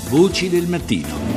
Voci del mattino.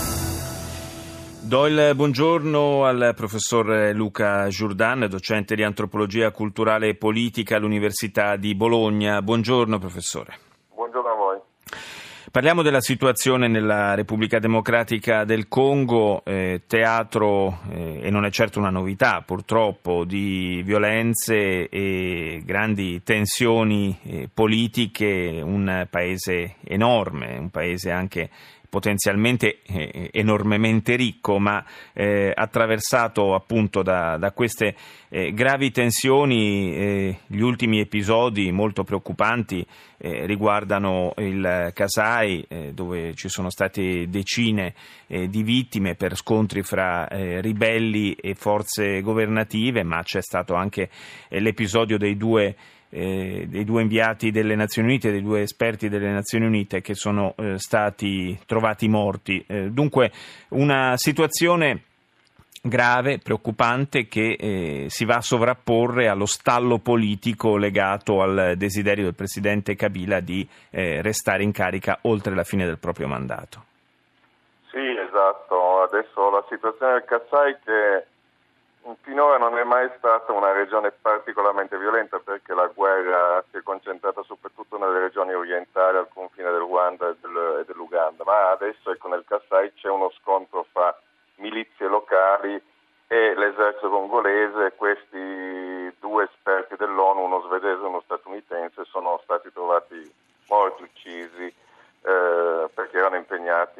Do il buongiorno al professor Luca Giurdan, docente di antropologia culturale e politica all'Università di Bologna. Buongiorno professore. Buongiorno a voi. Parliamo della situazione nella Repubblica Democratica del Congo, teatro, e non è certo una novità purtroppo, di violenze e grandi tensioni politiche, un paese enorme, un paese anche potenzialmente enormemente ricco, ma attraversato appunto da queste gravi tensioni. Gli ultimi episodi molto preoccupanti riguardano il Kasai, dove ci sono state decine di vittime per scontri fra ribelli e forze governative, ma c'è stato anche l'episodio dei due inviati delle Nazioni Unite, dei due esperti delle Nazioni Unite che sono stati trovati morti. Dunque una situazione grave, preoccupante, che si va a sovrapporre allo stallo politico legato al desiderio del presidente Kabila di restare in carica oltre la fine del proprio mandato. Sì, esatto. Adesso la situazione del Kasai, che finora non è mai stata una regione particolarmente violenta, perché la guerra si è concentrata soprattutto nelle regioni orientali al confine del Ruanda e dell'Uganda, ma adesso nel Kasai c'è uno scontro fra milizie locali e l'esercito congolese. Questi due esperti dell'ONU, uno svedese e uno statunitense, sono stati trovati morti, uccisi, perché erano impegnati,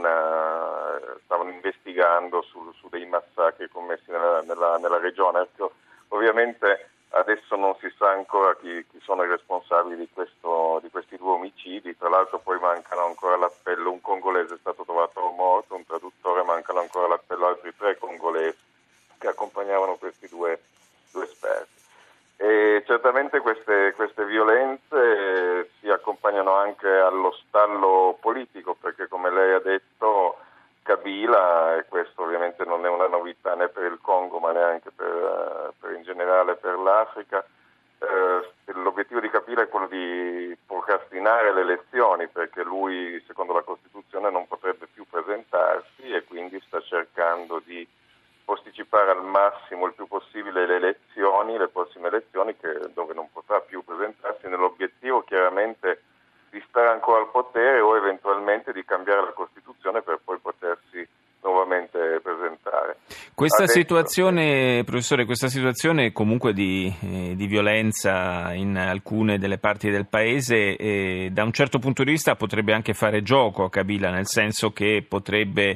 stavano investigando su dei massacri commessi nella regione. Ecco, ovviamente adesso non si sa ancora chi sono i responsabili di questi due omicidi. Tra l'altro poi mancano ancora l'appello, un congolese è stato trovato morto, un traduttore, mancano ancora l'appello altri 3 congolesi che accompagnavano questi due esperti. E certamente queste violenze si accompagnano anche allo stallo politico, perché come lei ha detto, Kabila, e questo ovviamente non è una novità né per il Congo ma neanche per in generale per l'Africa, l'obiettivo di Kabila è quello di procrastinare le elezioni, perché lui, secondo la Costituzione, non potrebbe più presentarsi e quindi sta cercando di posticipare al massimo il più possibile le prossime elezioni, dove non potrà più presentarsi, nell'obiettivo chiaramente di stare ancora al potere o eventualmente di cambiare la Costituzione per poi potersi nuovamente presentare. Questa situazione, professore, comunque di violenza in alcune delle parti del paese, da un certo punto di vista potrebbe anche fare gioco a Kabila, nel senso che potrebbe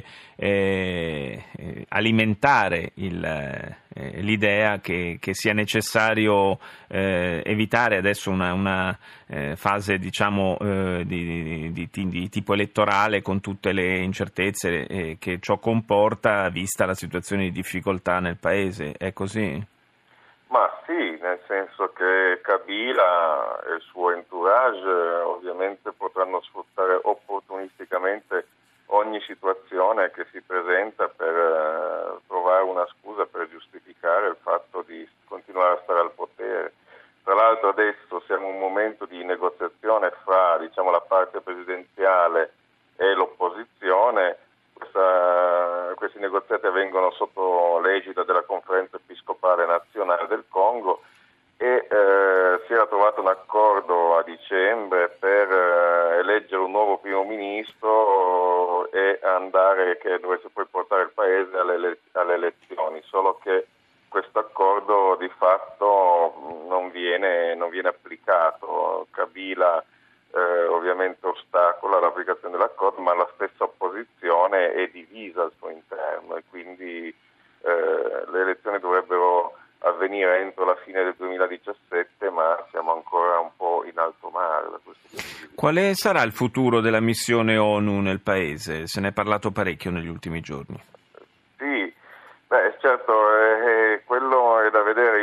alimentare l'idea che sia necessario evitare adesso una fase, diciamo, di tipo elettorale, con tutte le incertezze che ciò comporta, vista la situazione di difficoltà nel paese. È così? Ma sì, nel senso che Kabila e il suo entourage ovviamente potranno sfruttare opportunisticamente ogni situazione che si presenta per trovare una scusa per giustificare il fatto di continuare a stare al potere. Tra l'altro adesso siamo in un momento di negoziazione fra, diciamo, la parte presidenziale e l'opposizione. Questi negoziati avvengono sotto l'egida della Conferenza Episcopale Nazionale del Congo e si era trovato un accordo a dicembre per eleggere un nuovo primo ministro e che dovesse poi portare il paese alle elezioni, solo che questo accordo di fatto non viene applicato. Kabila ovviamente ostacola l'applicazione dell'accordo, ma la stessa opposizione è divisa al suo interno e quindi le elezioni dovrebbero avvenire entro la fine del 2017, ma siamo ancora un po' in alto mare da questo punto di vista. Quale sarà il futuro della missione ONU nel paese? Se ne è parlato parecchio negli ultimi giorni. Sì, certo, quello è da vedere.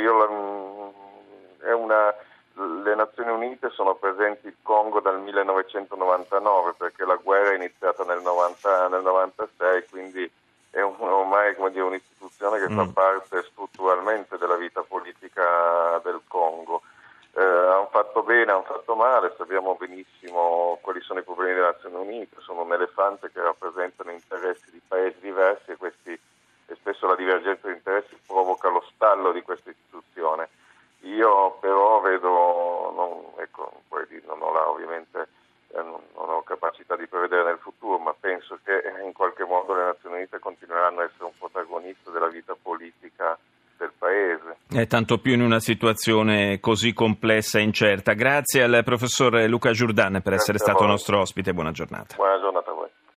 Le Nazioni Unite sono presenti in Congo dal 1999, perché la guerra è iniziata nel 96, quindi è ormai un'istituzione che fa parte strutturalmente della vita politica del Congo. hanno fatto bene, hanno fatto male, sappiamo benissimo quali sono i problemi delle Nazioni Unite, sono un elefante che rappresentano interessi di paesi diversi e spesso la divergenza di interessi provoca lo stallo di questa istituzione. Io però vedo, non ho capacità di prevedere nel futuro, ma penso che in qualche modo le Nazioni Unite continueranno a essere un protagonista della vita politica del Paese. E tanto più in una situazione così complessa e incerta. Grazie al professor Luca Giordano per essere stato nostro ospite. Buona giornata. Buona giornata.